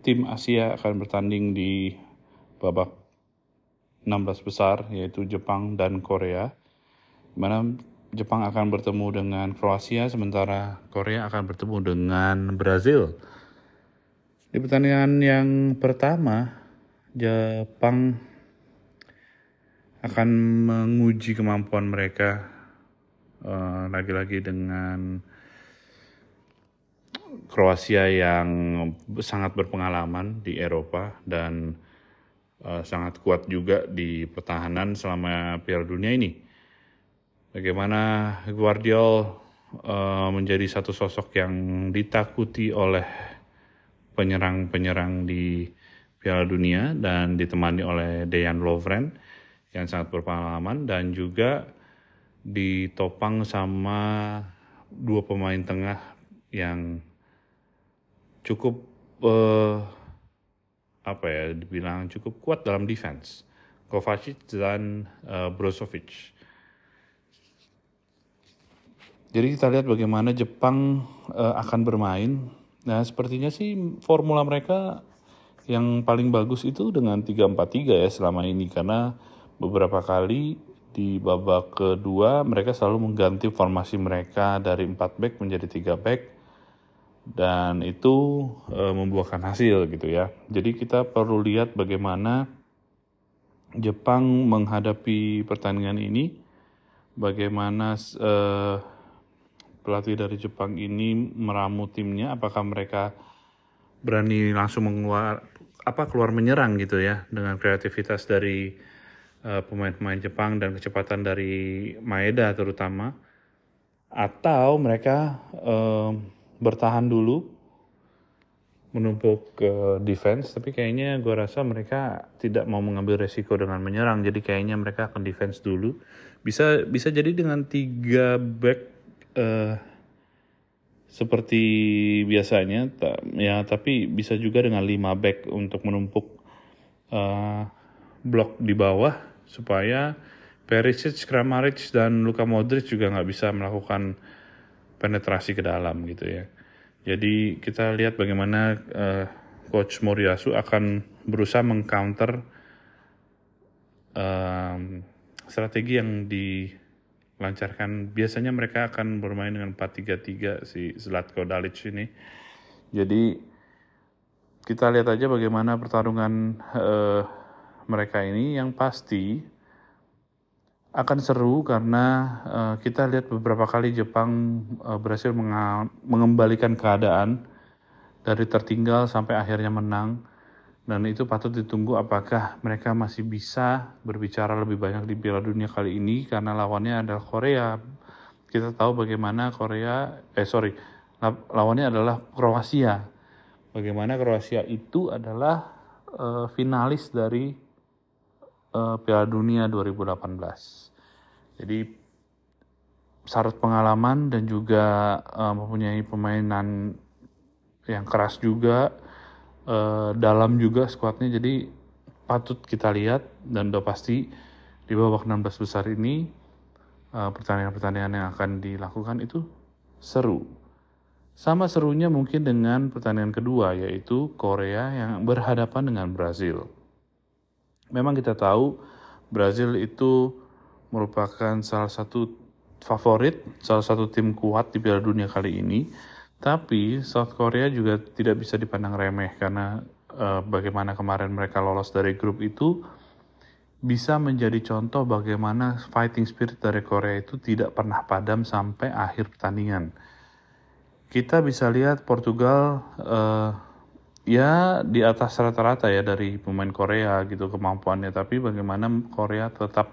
tim Asia akan bertanding di babak 16 besar, yaitu Jepang dan Korea, di mana Jepang akan bertemu dengan Kroasia, sementara Korea akan bertemu dengan Brazil. Di pertandingan yang pertama, Jepang akan menguji kemampuan mereka lagi-lagi dengan Kroasia yang sangat berpengalaman di Eropa dan sangat kuat juga di pertahanan selama Piala Dunia ini. Bagaimana Gvardiol menjadi satu sosok yang ditakuti oleh penyerang-penyerang di Piala Dunia dan ditemani oleh Dejan Lovren yang sangat berpengalaman, dan juga ditopang sama dua pemain tengah yang cukup dibilang cukup kuat dalam defense, Kovacic dan Brozovic. Jadi kita lihat bagaimana Jepang akan bermain. Nah, sepertinya sih formula mereka yang paling bagus itu dengan 3-4-3 ya selama ini, karena beberapa kali di babak kedua mereka selalu mengganti formasi mereka dari 4 back menjadi 3 back, dan itu membuahkan hasil gitu ya. Jadi kita perlu lihat bagaimana Jepang menghadapi pertandingan ini, bagaimana pelatih dari Jepang ini meramu timnya, apakah mereka berani langsung keluar menyerang gitu ya, dengan kreativitas dari pemain-pemain Jepang dan kecepatan dari Maeda terutama, atau mereka bertahan dulu menumpuk defense. Tapi kayaknya gue rasa mereka tidak mau mengambil resiko dengan menyerang, jadi kayaknya mereka akan defense dulu. Bisa jadi dengan 3 back seperti biasanya ya, tapi bisa juga dengan 5 back untuk menumpuk blok di bawah, supaya Perisic, Kramaric, dan Luka Modric juga nggak bisa melakukan penetrasi ke dalam gitu ya. Jadi kita lihat bagaimana Coach Moriyasu akan berusaha mengcounter strategi yang dilancarkan. Biasanya mereka akan bermain dengan 4-3-3 si Zlatko Dalic ini. Jadi kita lihat aja bagaimana pertarungan mereka ini. Yang pasti akan seru karena kita lihat beberapa kali Jepang berhasil mengembalikan keadaan dari tertinggal sampai akhirnya menang, dan itu patut ditunggu apakah mereka masih bisa berbicara lebih banyak di Piala Dunia kali ini, karena lawannya adalah Korea. Kita tahu bagaimana lawannya adalah Kroasia. Bagaimana Kroasia itu adalah finalis dari Piala Dunia 2018. Jadi syarat pengalaman dan juga mempunyai permainan yang keras juga, dalam juga skuadnya. Jadi patut kita lihat, dan udah pasti di babak 16 besar ini pertandingan-pertandingan yang akan dilakukan itu seru. Sama serunya mungkin dengan pertandingan kedua, yaitu Korea yang berhadapan dengan Brazil. Memang kita tahu Brazil itu merupakan salah satu favorit, salah satu tim kuat di Piala Dunia kali ini. Tapi South Korea juga tidak bisa dipandang remeh, karena bagaimana kemarin mereka lolos dari grup itu bisa menjadi contoh bagaimana fighting spirit dari Korea itu tidak pernah padam sampai akhir pertandingan. Kita bisa lihat Portugal ya di atas rata-rata ya dari pemain Korea gitu kemampuannya, tapi bagaimana Korea tetap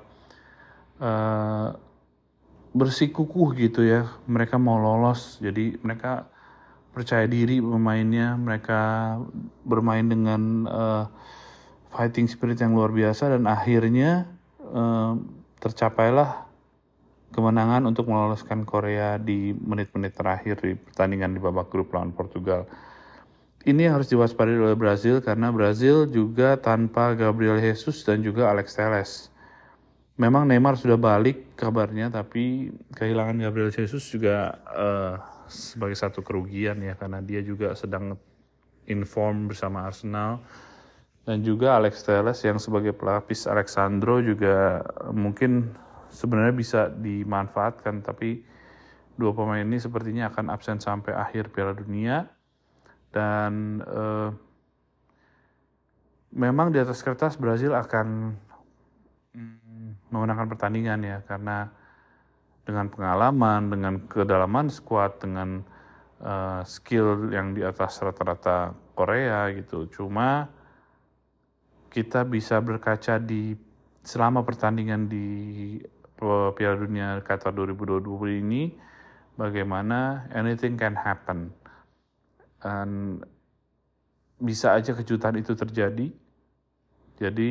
bersikukuh gitu ya, mereka mau lolos. Jadi mereka percaya diri pemainnya, mereka bermain dengan fighting spirit yang luar biasa, dan akhirnya tercapailah kemenangan untuk meloloskan Korea di menit-menit terakhir di pertandingan di babak grup lawan Portugal. Ini harus diwaspadai oleh Brazil, karena Brazil juga tanpa Gabriel Jesus dan juga Alex Telles. Memang Neymar sudah balik kabarnya, tapi kehilangan Gabriel Jesus juga sebagai satu kerugian ya, karena dia juga sedang inform bersama Arsenal. Dan juga Alex Telles yang sebagai pelapis Alexandro juga mungkin sebenarnya bisa dimanfaatkan, tapi dua pemain ini sepertinya akan absen sampai akhir Piala Dunia. Dan memang di atas kertas Brazil akan memenangkan pertandingan ya, karena dengan pengalaman, dengan kedalaman skuad, dengan skill yang di atas rata-rata Korea gitu. Cuma kita bisa berkaca di selama pertandingan di Piala Dunia Qatar 2022 ini, bagaimana anything can happen. Dan bisa aja kejutan itu terjadi. Jadi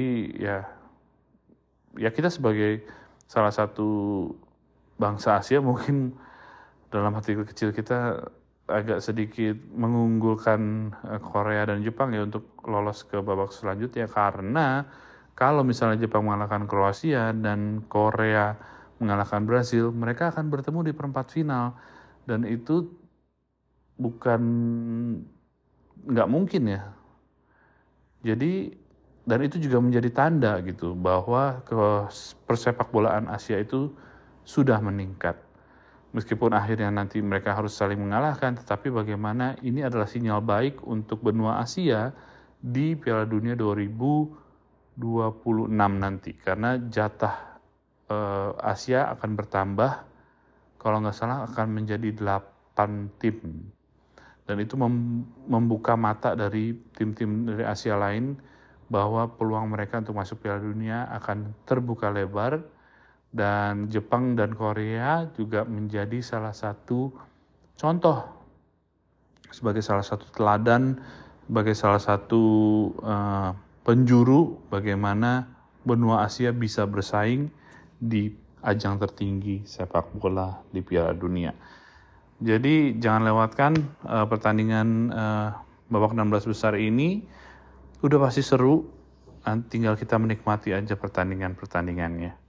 ya kita sebagai salah satu bangsa Asia mungkin dalam hati kecil kita agak sedikit mengunggulkan Korea dan Jepang ya untuk lolos ke babak selanjutnya, karena kalau misalnya Jepang mengalahkan Kroasia dan Korea mengalahkan Brasil, mereka akan bertemu di perempat final, dan itu bukan nggak mungkin ya. Jadi, dan itu juga menjadi tanda gitu bahwa persepak bolaan Asia itu sudah meningkat. Meskipun akhirnya nanti mereka harus saling mengalahkan, tetapi bagaimana ini adalah sinyal baik untuk benua Asia di Piala Dunia 2026 nanti. Karena jatah Asia akan bertambah, kalau nggak salah akan menjadi 8 tim. Dan itu membuka mata dari tim-tim dari Asia lain bahwa peluang mereka untuk masuk Piala Dunia akan terbuka lebar. Dan Jepang dan Korea juga menjadi salah satu contoh, sebagai salah satu teladan, sebagai salah satu penjuru bagaimana benua Asia bisa bersaing di ajang tertinggi sepak bola di Piala Dunia. Jadi jangan lewatkan pertandingan babak 16 besar ini, udah pasti seru, tinggal kita menikmati aja pertandingan-pertandingannya.